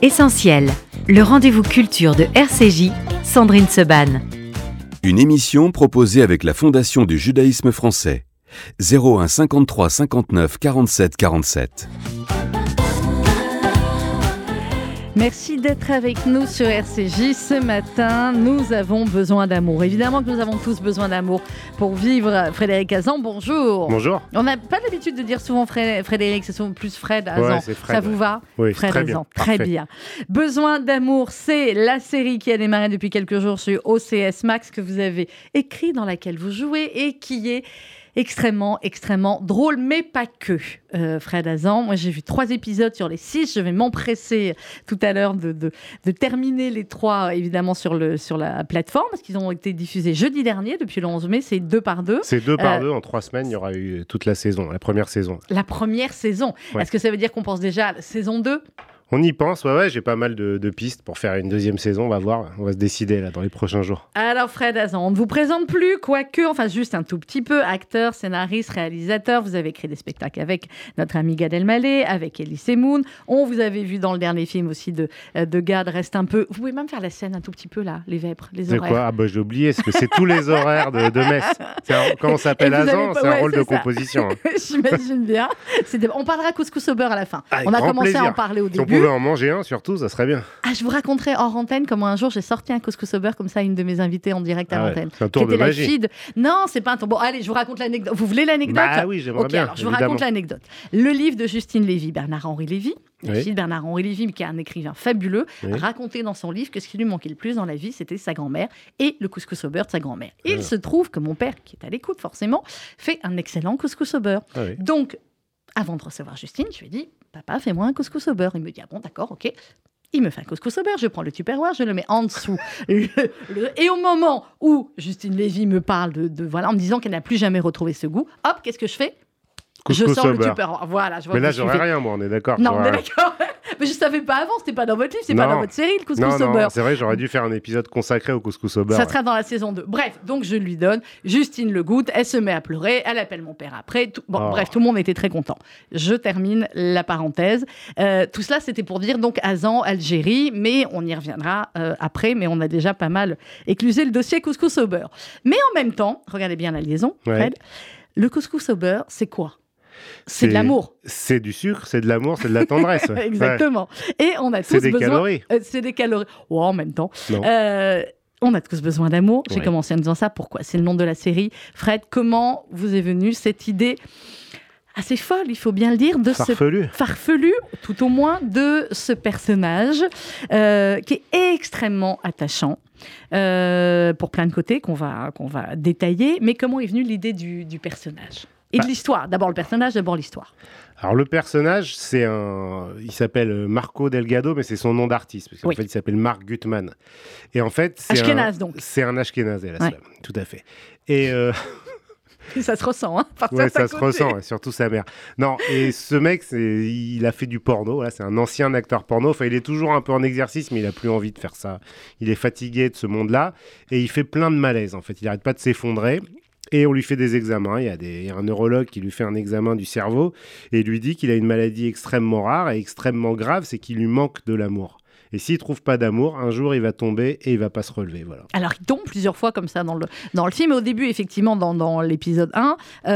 Essentiel, le rendez-vous culture de RCJ, Sandrine Seban. Une émission proposée avec la Fondation du judaïsme français. 01 53 59 47 47. Merci d'être avec nous sur RCJ. Ce matin, nous avons besoin d'amour. Évidemment que nous avons tous besoin d'amour pour vivre. Frédéric Hazan, bonjour. Bonjour. On n'a pas l'habitude de dire souvent Frédéric, c'est souvent plus Fred Hazan. Ouais, c'est Fred. Ça vous va? Oui, Fred très Hazan, bien. très Parfait. bien. Besoin d'amour, c'est la série qui a démarré depuis quelques jours sur OCS Max que vous avez écrit, dans laquelle vous jouez et qui est extrêmement drôle, mais pas que. Fred Hazan, moi j'ai vu 3 épisodes sur les 6, je vais m'empresser tout à l'heure de terminer les 3 évidemment sur la plateforme, parce qu'ils ont été diffusés jeudi dernier, depuis le 11 mai, c'est 2 par 2. C'est 2 par 2, en 3 semaines, il y aura eu toute la saison, la première saison. La première saison. Ouais. Est-ce que ça veut dire qu'on pense déjà à la saison 2 ? On y pense, ouais, j'ai pas mal de pistes pour faire une deuxième saison, on va voir, on va se décider là dans les prochains jours. Alors Fred Hazan, on ne vous présente plus, quoique, enfin juste un tout petit peu, acteur, scénariste, réalisateur. Vous avez écrit des spectacles avec notre ami Gad Elmaleh, avec Elie Semoun. On vous avait vu dans le dernier film aussi de Gad, Reste un peu. Vous pouvez même faire la scène un tout petit peu là, les vêpres, les C'est horaires. quoi? Ah bah j'ai oublié, parce que c'est tous les horaires de Metz. Comment on s'appelle Et vous avez Hazan, pas- c'est un ouais, rôle c'est de ça. composition. J'imagine bien. On parlera couscous au beurre à la fin. Avec On a grand commencé plaisir. à en parler au Si on début. pouvait en manger un surtout, ça serait bien. Ah, je vous raconterai hors antenne comment un jour j'ai sorti un couscous au beurre comme ça à une de mes invitées en direct à Ah ouais, l'antenne. c'est un tour Qui de était la magie. fille de- Non, c'est pas un tour. Bon, allez, je vous raconte l'anecdote. Vous voulez l'anecdote? Bah oui, j'aimerais Ok, bien, alors je vous évidemment. raconte l'anecdote. Le livre de Justine Lévy, Bernard-Henri Lévy, la Oui. fille de Bernard-Henri Lévy, mais qui est un écrivain fabuleux, Oui. racontait dans son livre que ce qui lui manquait le plus dans la vie, c'était sa grand-mère et le couscous au beurre de sa grand-mère. Et il se trouve que mon père, qui est à l'écoute forcément, fait un excellent couscous au beurre. Ah oui. Donc, avant de recevoir Justine, je lui ai dit, papa, fais-moi un couscous au beurre. Il me dit, ah bon, d'accord, ok. Il me fait un couscous au beurre, je prends le tupperware, je le mets en dessous. Et au moment où Justine Lévy me parle voilà, en me disant qu'elle n'a plus jamais retrouvé ce goût, hop, qu'est-ce que je fais? Je Couscous sors au le beurre. tupperware. Voilà, je vois Mais que là vous j'aurais suivez. rien, moi, on est d'accord. Non, on est j'aurais- d'accord. Mais je savais pas avant, c'était pas dans votre livre, c'est pas Non. dans votre série, le couscous Non, au non, beurre. c'est vrai, j'aurais dû faire un épisode consacré au couscous au beurre. Ça ouais. sera dans la saison 2. Bref, donc je lui donne. Justine le goûte, elle se met à pleurer, elle appelle mon père après. Oh. Bref, tout le monde était très content. Je termine la parenthèse. Tout cela, c'était pour dire donc Hazan, Algérie, mais on y reviendra après, mais on a déjà pas mal éclusé le dossier couscous au beurre. Mais en même temps, regardez bien la liaison, Ouais. Fred, le couscous au beurre, c'est quoi? C'est de l'amour. C'est du sucre, c'est de l'amour, c'est de la tendresse. ouais. Exactement. Et on a tous C'est des besoin... calories. C'est des calories. Oh, en même temps. Non. On a tous besoin d'amour. J'ai Ouais. commencé en disant ça. Pourquoi? C'est le nom de la série. Fred, comment vous est venue cette idée assez folle, il faut bien le dire, de Farfelu. farfelu, tout au moins, de ce personnage qui est extrêmement attachant pour plein de côtés qu'on va détailler. Mais comment est venue l'idée du personnage et de l'histoire? D'abord le personnage, d'abord l'histoire. Alors le personnage, il s'appelle Marco Delgado, mais c'est son nom d'artiste, parce qu'en Oui. fait il s'appelle Marc Gutmann. Et en fait, Ashkénaze, donc. C'est un Ashkénaze, Ouais. tout à fait. Et Et ça se ressent, hein, par ouais, certains ça se côtés. ressent, ouais, surtout sa mère. Non, et ce mec, il a fait du porno, voilà, c'est un ancien acteur porno. Enfin, il est toujours un peu en exercice, mais il a plus envie de faire ça. Il est fatigué de ce monde-là, et il fait plein de malaise, en fait. Il n'arrête pas de s'effondrer. Et on lui fait des examens. Il y a un neurologue qui lui fait un examen du cerveau et il lui dit qu'il a une maladie extrêmement rare et extrêmement grave, c'est qu'il lui manque de l'amour. Et s'il ne trouve pas d'amour, un jour, il va tomber et il ne va pas se relever. Voilà. Alors, il tombe plusieurs fois comme ça dans le film. Et au début, effectivement, dans l'épisode 1,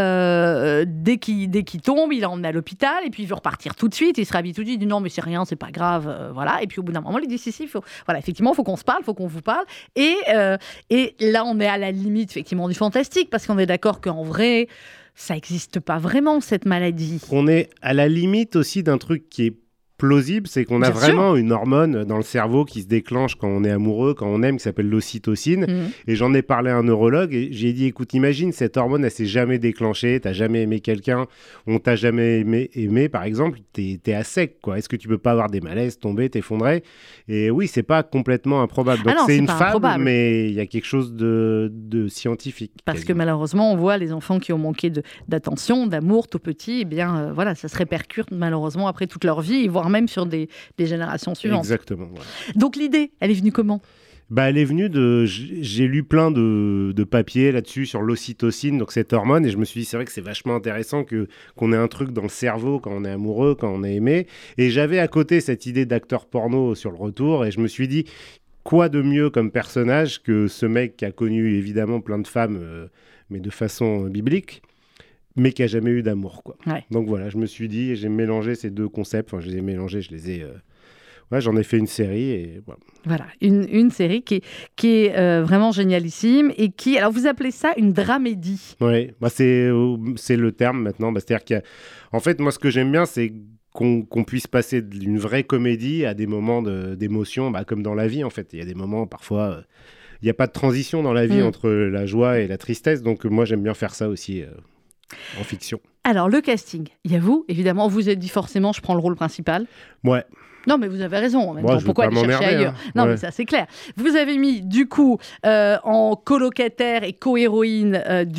dès qu'il tombe, il est emmené à l'hôpital et puis il veut repartir tout de suite. Il se réhabille tout de suite, il dit non, mais c'est rien, c'est pas grave. Voilà. Et puis au bout d'un moment, il dit si, effectivement, il faut qu'on se parle, il faut qu'on vous parle. Et là, on est à la limite, effectivement, du fantastique parce qu'on est d'accord qu'en vrai, ça n'existe pas vraiment, cette maladie. On est à la limite aussi d'un truc qui est plausible, c'est qu'on a Bien vraiment une hormone dans le cerveau qui se déclenche quand on est amoureux, quand on aime, qui s'appelle l'ocytocine. Mhm. Et j'en ai parlé à un neurologue et j'ai dit, écoute, imagine cette hormone, elle s'est jamais déclenchée, t'as jamais aimé quelqu'un, on t'a jamais aimé par exemple, t'es à sec, quoi. Est-ce que tu peux pas avoir des malaises, tomber, t'effondrer? Et oui, c'est pas complètement improbable. Donc Ah non, c'est c'est une pas fable, improbable. mais il y a quelque chose de scientifique. Parce que quasiment. malheureusement, on voit les enfants qui ont manqué d'attention, d'amour tout petit, eh bien, voilà, ça se répercute malheureusement après toute leur vie, voire même sur des générations suivantes. Exactement. Voilà. Donc l'idée, elle est venue comment? Elle est venue j'ai lu plein de papiers là-dessus sur l'ocytocine, donc cette hormone, et je me suis dit, c'est vrai que c'est vachement intéressant qu'on ait un truc dans le cerveau quand on est amoureux, quand on est aimé. Et j'avais à côté cette idée d'acteur porno sur le retour, et je me suis dit, quoi de mieux comme personnage que ce mec qui a connu évidemment plein de femmes, mais de façon biblique, mais qui a jamais eu d'amour, quoi. Ouais. Donc voilà, je me suis dit, j'ai mélangé ces deux concepts, je les ai mélangés, j'en ai fait une série et voilà. Voilà, une série qui est vraiment génialissime et qui, alors vous appelez ça une dramédie. Oui, c'est le terme maintenant. C'est-à-dire en fait, moi, ce que j'aime bien, c'est qu'on puisse passer d'une vraie comédie à des moments d'émotion, comme dans la vie, en fait. Il y a des moments, parfois, il n'y a pas de transition dans la vie entre la joie et la tristesse. Donc, moi, j'aime bien faire ça aussi en fiction. Alors, le casting, il y a vous, évidemment, vous êtes dit forcément, je prends le rôle principal. Ouais. Non, mais vous avez raison. En même temps, pourquoi aller chercher ailleurs Non, mais ça, c'est clair. Vous avez mis, du coup, en colocataire et co-héroïne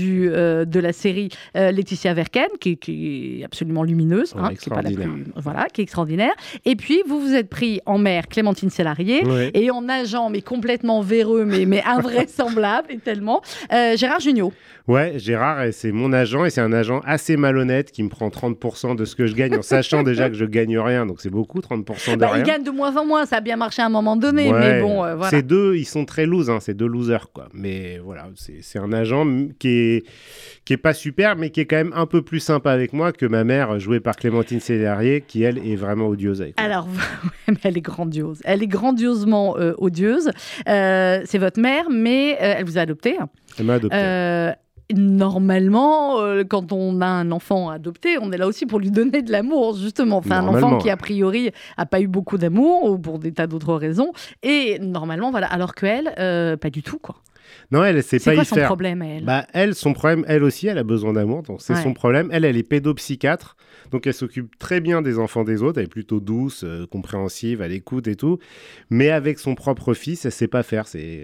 de la série Laetitia Werken, qui est absolument lumineuse, qui est pas la plus, qui est extraordinaire. Et puis, vous vous êtes pris en mère Clémentine Sélarié et en agent, mais complètement véreux, mais invraisemblable, et tellement, Gérard Jugnot. Ouais, Gérard, c'est mon agent et c'est un agent assez malhonnête qui me prend 30% de ce que je gagne en sachant déjà que je gagne rien, donc c'est beaucoup, 30% de rien. Il gagne de moins en moins, ça a bien marché à un moment donné, mais bon, voilà. Ces deux, ils sont très loose, c'est deux losers, quoi. Mais voilà, c'est un agent qui est pas super, mais qui est quand même un peu plus sympa avec moi que ma mère, jouée par Clémentine Sélarié, qui elle est vraiment odieuse avec moi. Alors, mais elle est grandiose, elle est grandiosement odieuse. C'est votre mère, mais elle vous a adopté. Elle m'a adopté. Normalement, quand on a un enfant adopté, on est là aussi pour lui donner de l'amour, justement. Enfin, un enfant qui, a priori, n'a pas eu beaucoup d'amour, ou pour des tas d'autres raisons. Et normalement, voilà. Alors qu'elle, pas du tout, quoi. Non, elle, c'est pas y faire. C'est quoi son problème, elle son problème, elle aussi, elle a besoin d'amour, donc c'est son problème. Elle est pédopsychiatre, donc elle s'occupe très bien des enfants des autres, elle est plutôt douce, compréhensive, à l'écoute et tout. Mais avec son propre fils, elle sait pas faire.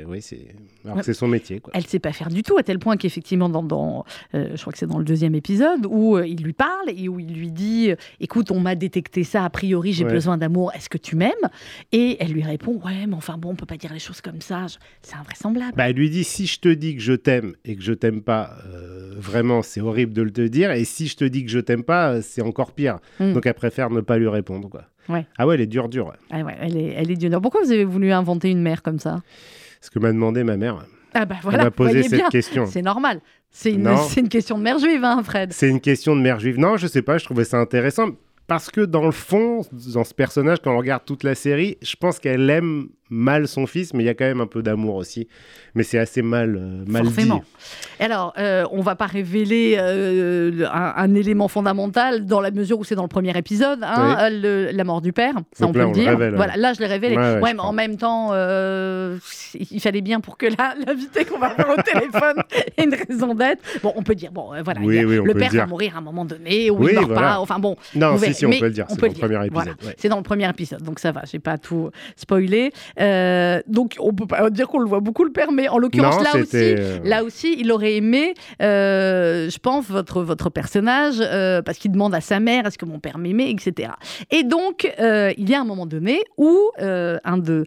Alors que c'est son métier, quoi. Elle sait pas faire du tout, à tel point qu'effectivement, je crois que c'est dans le 2e épisode, où il lui parle et où il lui dit « Écoute, on m'a détecté ça, a priori, j'ai besoin d'amour, est-ce que tu m'aimes ?» Et elle lui répond « Ouais, mais enfin bon, on peut pas dire les choses comme ça, c'est invraisemblable. » Elle lui dit « Si je te dis que je t'aime et que je t'aime pas, vraiment, c'est horrible de le te dire. Et si je te dis que je t'aime pas, c'est encore pire. » Donc elle préfère ne pas lui répondre, quoi. Ouais. Ah ouais, elle est dure. Ouais. Ah ouais, elle est dure. Pourquoi vous avez voulu inventer une mère comme ça ? Ce que m'a demandé ma mère. Ah voilà, elle m'a posé cette question. C'est normal. C'est une question de mère juive, Fred. C'est une question de mère juive. Non, je sais pas, je trouvais ça intéressant. Parce que dans le fond, dans ce personnage, quand on regarde toute la série, je pense qu'elle aime mal son fils, mais il y a quand même un peu d'amour aussi. Mais c'est assez mal dit. Alors, on ne va pas révéler un élément fondamental dans la mesure où c'est dans le premier épisode, la mort du père, ça on peut le dire. Révèle, voilà, là, je l'ai révélé. Ouais, mais en même temps, il fallait bien pour que l'invité qu'on va faire au téléphone ait une raison d'être. Bon, on peut dire, voilà, le père va mourir à un moment donné, ou il ne meurt pas. Enfin bon. Non, si, on peut le dire. C'est dans le premier épisode. Voilà. C'est dans le premier épisode, donc ça va, je n'ai pas tout spoilé. Donc, on ne peut pas dire qu'on le voit beaucoup, le père, mais en l'occurrence, là aussi, il aurait aimé, je pense, votre personnage, parce qu'il demande à sa mère, est-ce que mon père m'aimait, etc. Et donc, il y a un moment donné où un de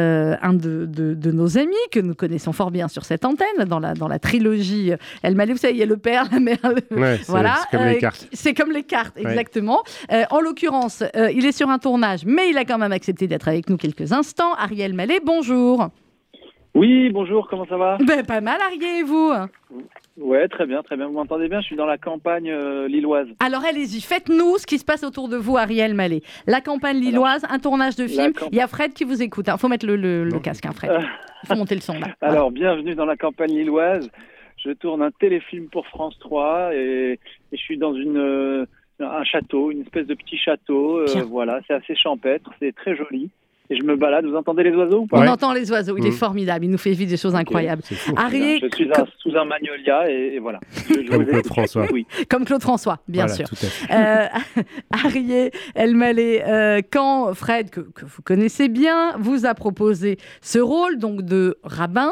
nos amis, que nous connaissons fort bien sur cette antenne, dans la trilogie El Malé, vous savez, il y a le père, la mère, voilà. C'est comme les cartes. C'est comme les cartes, exactement. En l'occurrence, il est sur un tournage, mais il a quand même accepté d'être avec nous quelques instants. Ariel Mallet, bonjour. Oui, bonjour, comment ça va ? Pas mal, Ariel, et vous ? Ouais, très bien. Vous m'entendez bien ? Je suis dans la campagne lilloise. Alors allez-y, faites-nous ce qui se passe autour de vous, Ariel Mallet. La campagne lilloise, un tournage de film. Il y a Fred qui vous écoute. Il faut mettre le casque, Fred. Il faut monter le son, là. Alors, bienvenue dans la campagne lilloise. Je tourne un téléfilm pour France 3 et je suis dans un château, une espèce de petit château. Voilà, c'est assez champêtre, c'est très joli. Et je me balade, vous entendez les oiseaux ou pas ? On entend les oiseaux, il est formidable, il nous fait vivre des choses incroyables. Ariel, je suis sous un magnolia et voilà. Comme Claude François. Oui. Comme Claude François, bien sûr. Tout à fait. Ariel El Mallet, quand Fred, que vous connaissez bien, vous a proposé ce rôle donc de rabbin,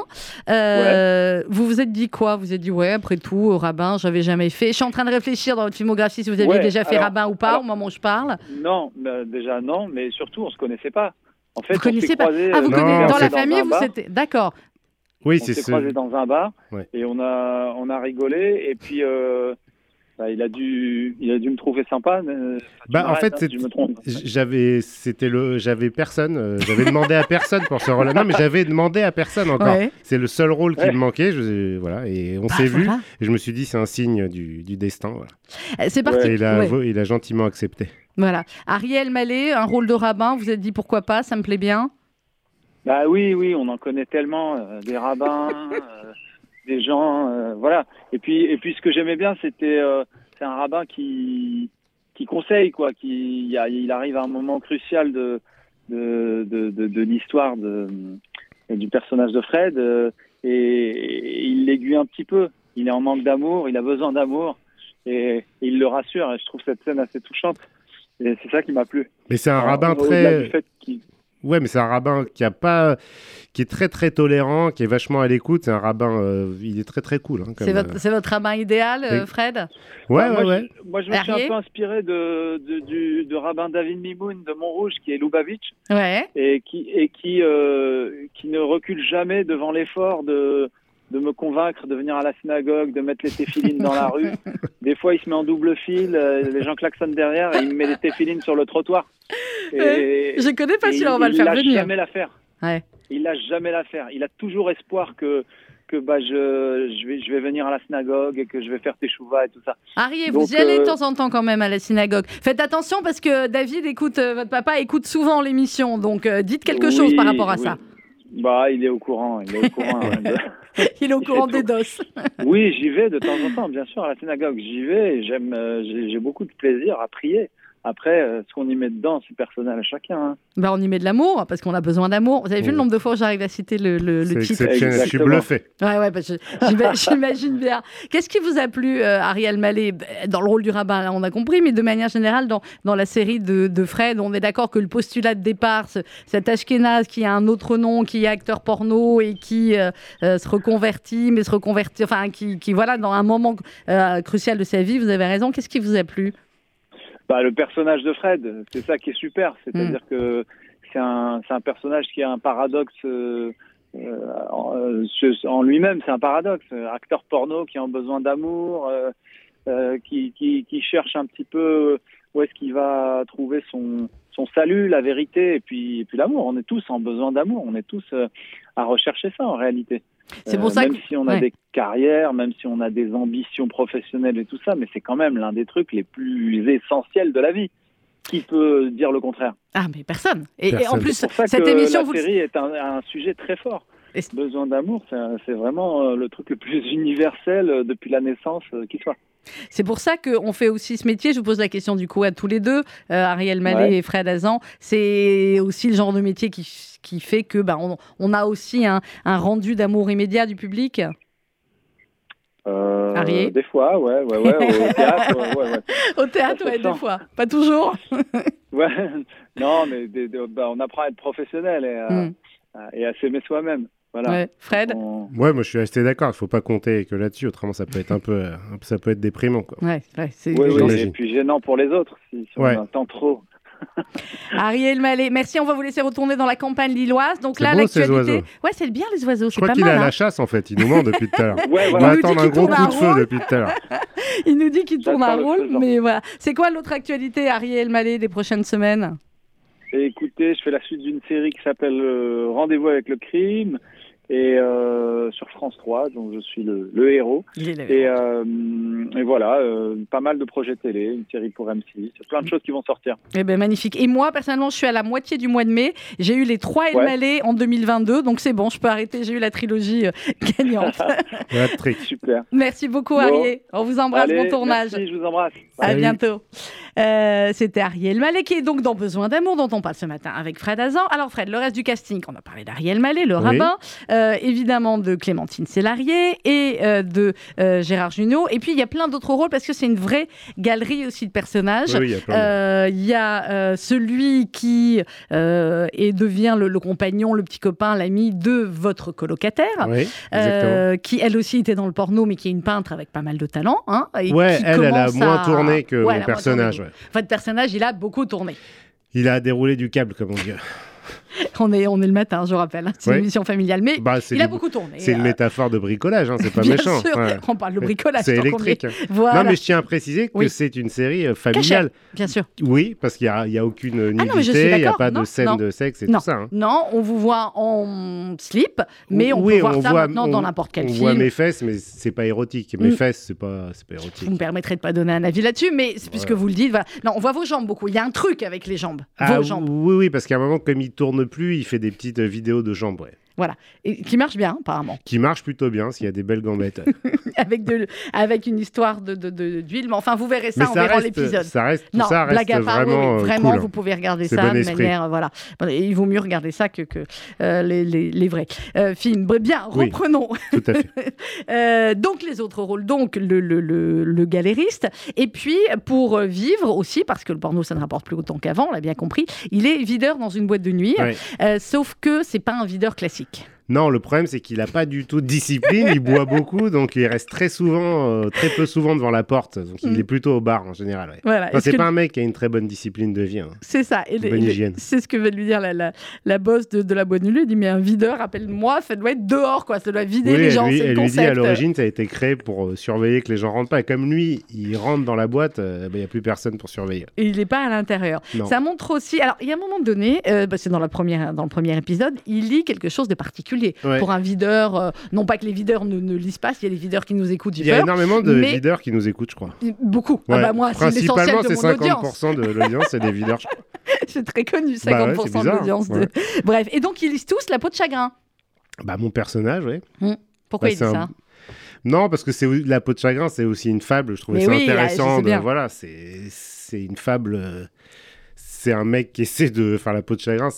vous vous êtes dit quoi ? Vous vous êtes dit, après tout, rabbin, j'avais jamais fait. Je suis en train de réfléchir dans votre filmographie si vous aviez déjà fait rabbin ou pas au moment où je parle. Non, déjà non, mais surtout, on ne se connaissait pas. En fait, Vous connaissez pas? croisés, Ah, vous non, connaissez dans c'est la dans famille, un vous bar. c'était. D'accord. Oui, On c'est s'est ce. croisés dans un bar Ouais. et on a rigolé. Et puis, il a dû me trouver sympa. En fait, si je me trompe. j'avais personne. J'avais demandé à personne pour ce rôle. Non, mais j'avais demandé à personne encore. Ouais. C'est le seul rôle qui Ouais. me manquait. Voilà, et on s'est vu. Voilà. Et je me suis dit, c'est un signe du destin. Voilà. C'est parti. Et Ouais. il a gentiment accepté. Voilà. Ariel Mallet, un rôle de rabbin, vous vous êtes dit pourquoi pas, ça me plaît bien. Bah oui, on en connaît tellement, des rabbins, des gens, voilà. Et puis ce que j'aimais bien, c'est un rabbin qui conseille, quoi. Il arrive à un moment crucial de l'histoire du personnage de Fred, et il l'aiguille un petit peu. Il est en manque d'amour, il a besoin d'amour, et il le rassure. Et je trouve cette scène assez touchante. Et c'est ça qui m'a plu. Mais c'est un rabbin Au-delà du fait Ouais, mais c'est un rabbin qui est très très tolérant, qui est vachement à l'écoute. C'est un rabbin, il est très très cool. Hein, C'est votre rabbin idéal, Oui. Fred? Ouais. Moi, je me suis Arié un peu inspiré de rabbin David Mimoun de Montrouge, qui est Lubavitch, Ouais. et qui ne recule jamais devant l'effort de me convaincre de venir à la synagogue, de mettre les téphilines dans la rue. Des fois, il se met en double fil, les gens klaxonnent derrière, et il me met les téphilines sur le trottoir. Je connais pas et celui-là, on va le faire Il venir. lâche jamais l'affaire. Ouais. Il lâche jamais l'affaire. Il a toujours espoir que je vais venir à la synagogue et que je vais faire teshuva et tout ça. Arié, Donc, vous y allez de temps en temps quand même à la synagogue. Faites attention parce que David écoute, votre papa écoute souvent l'émission, donc dites quelque chose par rapport à ça. Bah, il est au courant. Il est au courant. Il est au courant fait des tout. doses. Oui, j'y vais de temps en temps, bien sûr, à la synagogue. J'y vais et j'ai beaucoup de plaisir à prier. Après, ce qu'on y met dedans, c'est personnel à chacun. Hein. Bah, on y met de l'amour parce qu'on a besoin d'amour. Vous avez vu le nombre de fois où j'arrive à citer le C'est titre? exceptionnel. Je suis Exactement. bluffé. Ouais, bah, j'imagine bien. Qu'est-ce qui vous a plu, Ariel Mallet, dans le rôle du rabbin, là, on a compris, mais de manière générale, dans la série de Fred, on est d'accord que le postulat de départ, cet Ashkénaze qui a un autre nom, qui est acteur porno et qui se reconvertit, enfin, qui voilà, dans un moment crucial de sa vie, vous avez raison. Qu'est-ce qui vous a plu? Bah, le personnage de Fred, c'est ça qui est super. C'est-à-dire que c'est un personnage qui a un paradoxe en lui-même. C'est un paradoxe. Acteur porno qui a besoin d'amour, qui cherche un petit peu où est-ce qu'il va trouver son salut, la vérité, et puis l'amour. On est tous en besoin d'amour. On est tous à rechercher ça en réalité. C'est pour ça même si on a des carrières, même si on a des ambitions professionnelles et tout ça, mais c'est quand même l'un des trucs les plus essentiels de la vie. Qui peut dire le contraire? Ah, mais personne. Et en plus, c'est pour ça cette que émission, la série est un sujet très fort. Et Besoin d'amour, c'est vraiment le truc le plus universel depuis la naissance qui soit. c'est pour ça qu'on fait aussi ce métier. Je vous pose la question du coup à tous les deux, Ariel Mallet et Fred Hazan. C'est aussi le genre de métier qui fait que on a aussi un rendu d'amour immédiat du public. Arié? Des fois, ouais, au théâtre, ouais. Au théâtre, Ça se des sent. fois. Pas toujours. Ouais, non, mais on apprend à être professionnel et à s'aimer soi-même. Voilà. Ouais. Fred? Ouais, moi je suis resté d'accord. Il faut pas compter que là-dessus, autrement ça peut être ça peut être déprimant, quoi. Ouais, c'est Oui, j'imagine. et puis gênant pour les autres si on Ouais. en entend trop. Ariel Mallet, merci. On va vous laisser retourner dans la campagne lilloise. Donc C'est là, beau, ces l'actualité. oiseaux. Ouais, c'est bien les oiseaux. Je C'est crois pas qu'il est mal. à hein. la chasse en fait. Il nous ment depuis tout à l'heure. Ouais, On voilà. va Il nous dit attendre un qu'il gros tourne coup un de feu rôle. depuis tout à l'heure. Il nous dit qu'il tourne un J'attends le rôle, faisant. mais voilà. C'est quoi l'autre actualité, Ariel Mallet, des prochaines semaines? Et écoutez, je fais la suite d'une série qui s'appelle Rendez-vous avec le crime et sur France 3, donc je suis le héros. Et voilà, pas mal de projets télé, une série pour M6, plein de choses qui vont sortir. Eh ben magnifique. Et moi, personnellement, je suis à la moitié du mois de mai. J'ai eu les 3 El Mallet en 2022, donc c'est bon, je peux arrêter. J'ai eu la trilogie gagnante. Ouais, trick. Super. Merci beaucoup, Bon. Ariel. On vous embrasse, Allez, bon tournage. Merci, je vous embrasse. À Salut. bientôt. C'était Ariel Mallet qui est donc dans Besoin d'amour dont on parle ce matin avec Fred Hazan. Alors Fred, le reste du casting, on a parlé d'Ariel Mallet, le rabbin, évidemment de Clémentine Sélarié et de Gérard Jugnot. Et puis il y a plein d'autres rôles parce que c'est une vraie galerie aussi de personnages. Oui, il y a plein Il y a celui qui devient le compagnon, le petit copain, l'ami de votre colocataire. Oui, exactement. Qui elle aussi était dans le porno mais qui est une peintre avec pas mal de talent et Ouais, qui elle a commence moins à- tourné que Ouais, mon elle a moins personnage. tourné. Ouais. Votre personnage il a beaucoup tourné. Il a déroulé du câble, comme on dit. On est le matin, je rappelle. Hein. C'est une émission familiale. Mais il a beaucoup tourné. C'est une métaphore de bricolage, hein, c'est pas bien méchant. Sûr, on parle de bricolage. C'est électrique. Voilà. Non, mais je tiens à préciser que c'est une série familiale. Cachet, bien sûr. Oui, parce qu'il n'y a aucune nudité, il n'y a pas de scène de sexe et tout ça. Hein. Non, on vous voit en slip, mais on peut voir ça maintenant dans n'importe quel film. On voit mes fesses, mais c'est pas érotique. Mes fesses, c'est pas érotique. Vous me permettrez de pas donner un avis là-dessus, mais puisque vous le dites, voilà. Non, on voit vos jambes beaucoup. Il y a un truc avec les jambes. Vos jambes. Oui, parce qu'à un moment, comme il tourne plus, il fait des petites vidéos de jambes. Ouais. Voilà, et qui marche bien apparemment. Qui marche plutôt bien, s'il y a des belles gambettes. avec une histoire d'huile, mais enfin vous verrez ça en verrant l'épisode. Ça reste vraiment vraiment, cool. Vous pouvez regarder ça de manière, voilà. Il vaut mieux regarder ça que les vrais films. Bien, reprenons. Oui, tout à fait. Donc les autres rôles, donc le galériste, et puis pour vivre aussi, parce que le porno ça ne rapporte plus autant qu'avant, on l'a bien compris, il est videur dans une boîte de nuit, sauf que c'est pas un videur classique. Non, le problème, c'est qu'il n'a pas du tout de discipline, il boit beaucoup, donc il reste très peu souvent devant la porte. Donc il est plutôt au bar en général. Ouais. Voilà. C'est pas un mec qui a une très bonne discipline de vie. Hein. C'est ça. Bonne hygiène. C'est ce que veut lui dire la boss de la boîte de nuit. Elle dit, mais un videur, rappelle-moi, ça doit être dehors, quoi. Ça doit vider les gens, c'est le concept. Elle lui dit, à l'origine, ça a été créé pour surveiller que les gens rentrent pas. Et comme lui, il rentre dans la boîte, il n'y a plus personne pour surveiller. Et il n'est pas à l'intérieur. Non. Ça montre aussi... Alors, il y a un moment donné, c'est dans le premier épisode, il lit quelque chose de particulier. Ouais. Pour un videur, non pas que les videurs ne lisent pas, s'il y a des videurs qui nous écoutent, il y a énormément de videurs qui nous écoutent, je crois. Beaucoup. Ouais. Moi, c'est l'essentiel de mon audience. Principalement, c'est 50% de l'audience, c'est des videurs, je crois. C'est très connu, 50% de l'audience. Ouais. Bref, et donc ils lisent tous La peau de chagrin. Mon personnage, oui. Pourquoi il dit ça Non, parce que La peau de chagrin, c'est aussi une fable. Je trouvais ça intéressant. Voilà, c'est une fable... C'est un mec qui essaie de faire La peau de chagrin.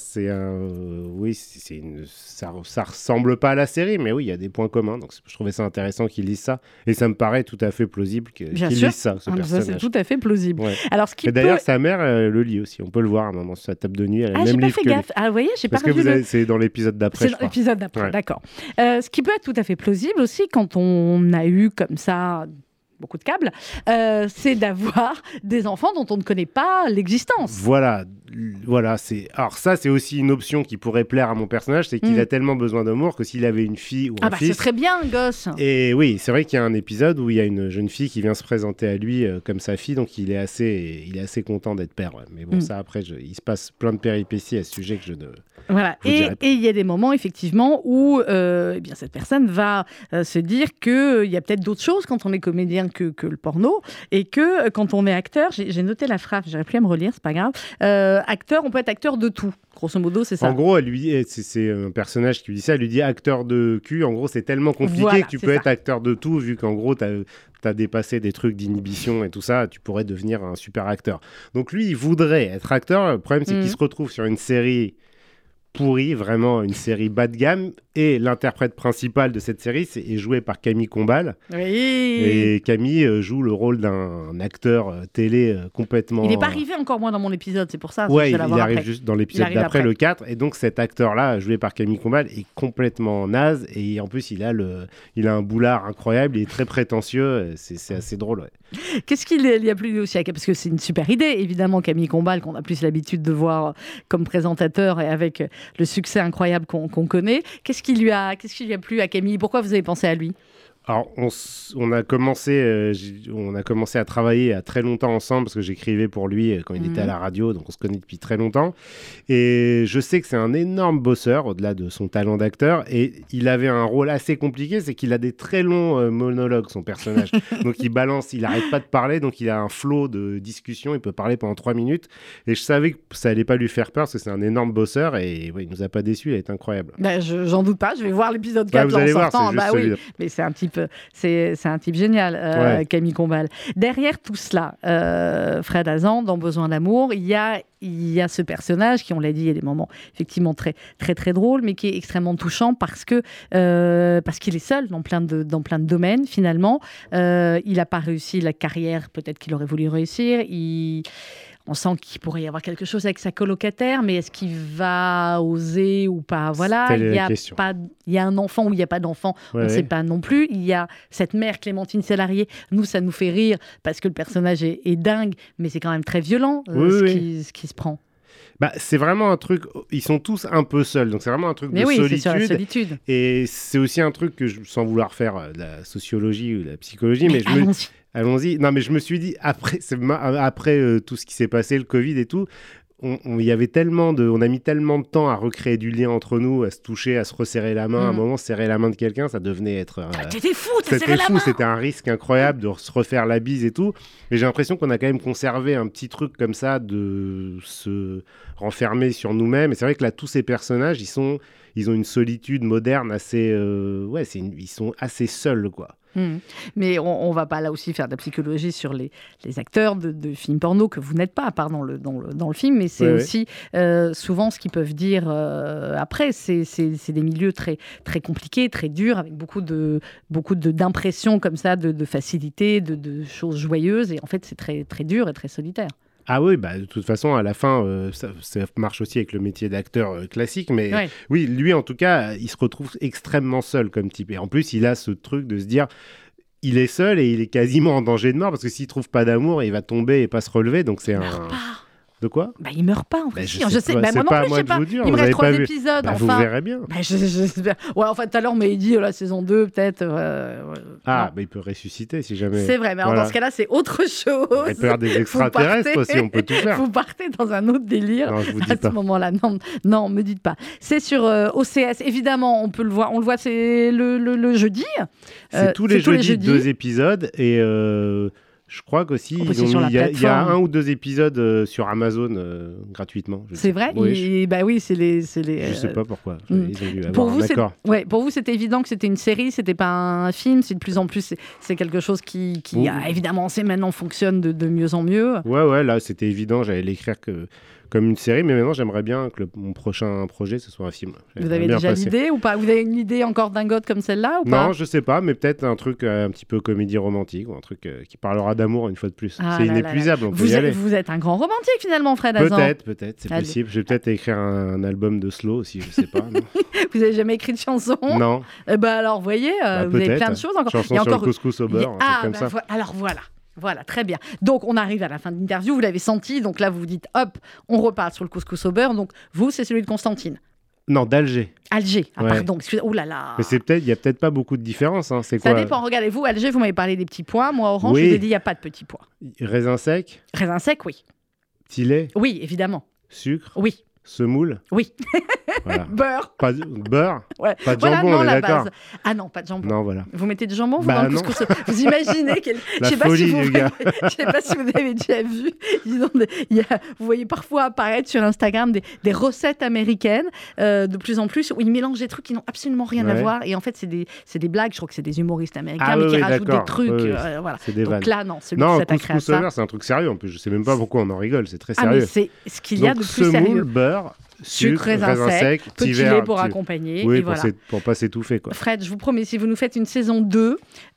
Ça ressemble pas à la série, mais oui, il y a des points communs. Donc je trouvais ça intéressant qu'il lise ça, et ça me paraît tout à fait plausible qu'il lise ça, ce personnage. Ça, c'est tout à fait plausible. Ouais. Alors, d'ailleurs, sa mère le lit aussi. On peut le voir à un moment sur sa table de nuit. Elle a le même livre que gaffe. Ah, vous voyez, j'ai pas revu. C'est dans l'épisode d'après. C'est dans l'épisode d'après, d'accord. Ce qui peut être tout à fait plausible aussi quand on a eu comme ça beaucoup de câbles, c'est d'avoir des enfants dont on ne connaît pas l'existence. Voilà. Alors ça, c'est aussi une option qui pourrait plaire à mon personnage, c'est qu'il a tellement besoin d'amour que s'il avait une fille ou un fils... ce serait bien, un gosse. Et oui, c'est vrai qu'il y a un épisode où il y a une jeune fille qui vient se présenter à lui comme sa fille, donc il est assez content d'être père. Ouais. Mais bon, ça, après, il se passe plein de péripéties à ce sujet que je ne... Voilà. Et il y a des moments, effectivement, où cette personne va se dire qu'il y a peut-être d'autres choses quand on est comédien que le porno, et que quand on est acteur, j'ai noté la phrase, j'aurais plus à me relire, c'est pas grave, acteur, on peut être acteur de tout. Grosso modo, c'est ça. En gros, c'est un personnage qui lui dit ça, elle lui dit acteur de cul. En gros, c'est tellement compliqué que tu peux être acteur de tout, vu qu'en gros, t'as dépassé des trucs d'inhibition et tout ça, tu pourrais devenir un super acteur. Donc lui, il voudrait être acteur. Le problème, c'est qu'il se retrouve sur une série pourrie, vraiment une série bas de gamme, et l'interprète principal de cette série est joué par Camille Combal. Oui. Et Camille joue le rôle d'un acteur télé complètement... Il n'est pas arrivé encore moins dans mon épisode, c'est pour ça. Ouais, il arrive juste dans l'épisode d'après, le 4, et donc cet acteur-là, joué par Camille Combal, est complètement naze, et en plus il a un boulard incroyable, il est très prétentieux, c'est assez drôle. Ouais. Qu'est-ce qu'il y a plus aussi, parce que c'est une super idée, évidemment, Camille Combal, qu'on a plus l'habitude de voir comme présentateur, et avec le succès incroyable qu'on connaît. Qu'est-ce qui lui a plu à Camille ? Pourquoi vous avez pensé à lui ? Alors, on a commencé à travailler il y a très longtemps ensemble, parce que j'écrivais pour lui quand il était à la radio, donc on se connaît depuis très longtemps. Et je sais que c'est un énorme bosseur, au-delà de son talent d'acteur, et il avait un rôle assez compliqué, c'est qu'il a des très longs monologues, son personnage. Donc il n'arrête pas de parler, donc il a un flot de discussion, il peut parler pendant 3 minutes. Et je savais que ça allait pas lui faire peur, parce que c'est un énorme bosseur, et il nous a pas déçus, il a été incroyable. J'en doute pas, je vais voir l'épisode 4 en sortant. Oui, mais c'est un type génial, Camille Combal. Derrière tout cela, Fred Hazan, dans Besoin d'amour, il y a ce personnage qui, on l'a dit, il y a des moments effectivement très, très, très drôles, mais qui est extrêmement touchant parce qu'il est seul dans plein de domaines, finalement. Il n'a pas réussi la carrière, peut-être qu'il aurait voulu réussir. On sent qu'il pourrait y avoir quelque chose avec sa colocataire, mais est-ce qu'il va oser ou pas ? Voilà, il y a un enfant ou il n'y a pas d'enfant, on ne sait pas non plus. Il y a cette mère Clémentine Sélarié. Nous, ça nous fait rire parce que le personnage est dingue, mais c'est quand même très violent ce qui se prend. C'est vraiment un truc, ils sont tous un peu seuls, donc c'est vraiment un truc Mais de oui, solitude. c'est sur la solitude. Et c'est aussi un truc que, sans vouloir faire de la sociologie ou de la psychologie, mais allons-y. Allons-y. Non, mais je me suis dit, après tout ce qui s'est passé, le Covid et tout, on a mis tellement de temps à recréer du lien entre nous, à se toucher, à se resserrer la main. À un moment, serrer la main de quelqu'un, ça devenait être... T'étais fou, t'as serré la main. C'était un risque incroyable de se refaire la bise et tout. Mais j'ai l'impression qu'on a quand même conservé un petit truc comme ça de se renfermer sur nous-mêmes. Et c'est vrai que là, tous ces personnages, ils ont une solitude moderne assez... ils sont assez seuls, quoi. Mais on va pas là aussi faire de la psychologie sur les acteurs de films porno que vous n'êtes pas, à part dans le film, mais c'est aussi souvent ce qu'ils peuvent dire après. C'est des milieux très, très compliqués, très durs, avec beaucoup d'impressions comme ça, de facilité, de choses joyeuses. Et en fait, c'est très, très dur et très solitaire. Ah oui, de toute façon, à la fin, ça marche aussi avec le métier d'acteur classique. Mais oui, lui, en tout cas, il se retrouve extrêmement seul comme type. Et en plus, il a ce truc de se dire, il est seul et il est quasiment en danger de mort parce que s'il trouve pas d'amour, il va tomber et pas se relever. Donc c'est De quoi ? Il meurt pas en fait. Je sais. Moi non plus, je sais pas. Il me reste 3 épisodes. Vous verrez bien. J'espère. Ouais, en fait, tout à l'heure, mais il dit la saison 2, peut-être. Il peut ressusciter si jamais. C'est vrai, mais alors, dans ce cas-là, c'est autre chose. Il peut y avoir des extraterrestres aussi, on peut tout faire. Vous partez dans un autre délire. Non, je vous dis à pas. Ce moment-là. Non, me dites pas. C'est sur OCS. Évidemment, on peut le voir. On le voit, c'est le jeudi. C'est tous les jeudis, 2 épisodes et. Je crois qu'aussi, il y a 1 ou 2 épisodes sur Amazon gratuitement. C'est vrai ? Oui, c'est les... Je sais pas pourquoi. Ils ont dû pour avoir pour vous, c'était évident que c'était une série, c'était pas un film. C'est de plus en plus, c'est quelque chose qui évidemment, maintenant fonctionne de mieux en mieux. Ouais, là, c'était évident. J'allais l'écrire comme une série, mais maintenant, j'aimerais bien que mon prochain projet, ce soit un film. Vous avez déjà l'idée ou pas ? Vous avez une idée encore dingote comme celle-là ou pas ? Non, je sais pas, mais peut-être un truc un petit peu comédie romantique ou un truc qui parlera d'amour une fois de plus. C'est inépuisable, on peut y aller. Vous êtes un grand romantique finalement, Fred Hazan. Peut-être, c'est possible. Je vais peut-être écrire un album de slow aussi, je sais pas. Vous n'avez jamais écrit de chanson ? Non. Alors, vous voyez, vous avez plein de choses encore. Chanson sur le couscous au beurre, un truc comme ça. Alors voilà. Voilà, très bien. Donc, on arrive à la fin de l'interview, vous l'avez senti. Donc là, vous vous dites, hop, on reparle sur le couscous au beurre. Donc, vous, c'est celui de Constantine. Non, d'Alger. Alger, pardon. Oh là là. Mais il n'y a peut-être pas beaucoup de différence. Hein. C'est ça quoi dépend. Regardez, vous, Alger, vous m'avez parlé des petits pois. Moi, Orange, je vous ai dit, il n'y a pas de petits pois. Raisin sec ? Raisin sec, oui. Petit lait ? Oui, évidemment. Sucre ? Oui. Semoule ? Oui. Voilà. Beurre. Beurre ? Ouais. Pas de jambon, on est d'accord. Ah non, pas de jambon. Non, voilà. Vous mettez du jambon dans le couscous. Vous imaginez la folie du gars. Je sais pas si vous avez déjà vu. Disons, vous voyez parfois apparaître sur Instagram des recettes américaines de plus en plus où ils mélangent des trucs qui n'ont absolument rien à voir. Et en fait, c'est des blagues. Je crois que c'est des humoristes américains qui rajoutent des trucs. Voilà. C'est des vannes. Donc là, non, celui qui s'attaquerait à ça. C'est un truc sérieux. En plus, je sais même pas pourquoi on en rigole. C'est très Ah, sérieux. mais c'est ce qu'il y a de plus sérieux. Semoule, beurre. Sucre, raisin sec, petit lait pour accompagner. Oui, et voilà. pour pas s'étouffer. Quoi. Fred, je vous promets, si vous nous faites une saison 2,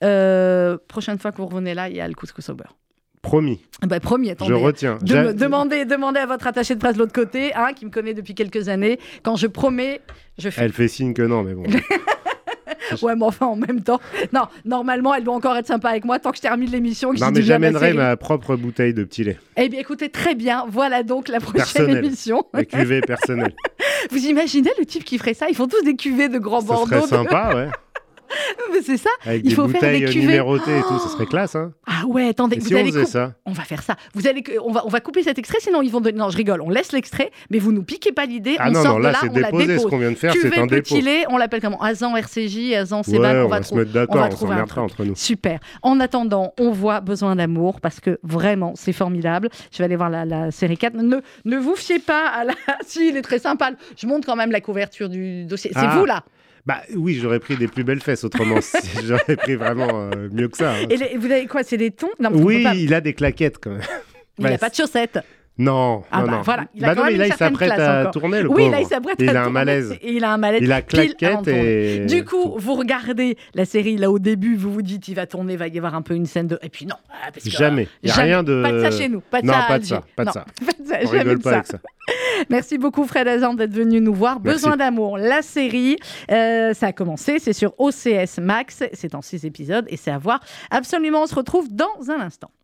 prochaine fois que vous revenez là, il y a le couscous au beurre. Promis. Promis, attendez. Je retiens. Demandez à votre attaché de presse de l'autre côté, qui me connaît depuis quelques années. Quand je promets, je fais. Elle fait signe que non, mais bon. Ouais, mais enfin, en même temps, non, normalement, elle doit encore être sympa avec moi tant que je termine l'émission. Non, mais j'amènerai ma propre bouteille de petit lait. Eh bien, écoutez, très bien. Voilà donc la prochaine émission. La cuvée personnelle. Vous imaginez le type qui ferait ça ? Ils font tous des cuvées de Grand Bordeaux. Ce serait sympa, ouais. Mais c'est ça. Avec il des faut faire des bouteilles cuvées numérotées et tout, ça serait classe, hein. Ah ouais, attendez, vous allez ça. On va faire ça. On va couper cet extrait, sinon ils vont donner. Non, je rigole. On laisse l'extrait, mais vous nous piquez pas l'idée. Ah on non, sort là, de là, c'est on la déposé. dépose. Ce qu'on vient de faire, Cuvée c'est un dépôt. Petit lait, on l'appelle comment ? Azan RCJ, Azan Seban. On va se mettre d'accord. On trouver un truc entre nous. Super. En attendant, on voit Besoin d'amour parce que vraiment, c'est formidable. Je vais aller voir la série 4. Ne vous fiez pas à la. Si, il est très sympa. Je montre quand même la couverture du dossier. C'est vous là. Bah oui, j'aurais pris des plus belles fesses autrement. J'aurais pris vraiment mieux que ça. Hein. Et vous avez quoi ? C'est des tons ? Non, oui, il a des claquettes quand même. Il n'a pas de chaussettes. Non, non. Voilà. Il a quand même il s'apprête à tourner, le pauvre. Oui, là, il s'apprête à tourner. Il a un malaise. Il a un malaise. Il a claquette et... Du coup, vous regardez la série, là, au début, vous vous dites, il va tourner, il va y avoir un peu une scène de... Et puis non. Parce que, jamais. Il n'y a rien de... Pas de ça chez nous. Pas de ça à Alger. Pas de ça. On rigole pas avec ça. Merci beaucoup, Fred Hazan, d'être venu nous voir. Merci. Besoin d'amour, la série. Ça a commencé, c'est sur OCS Max. C'est en 6 épisodes et c'est à voir absolument. On se retrouve dans un instant.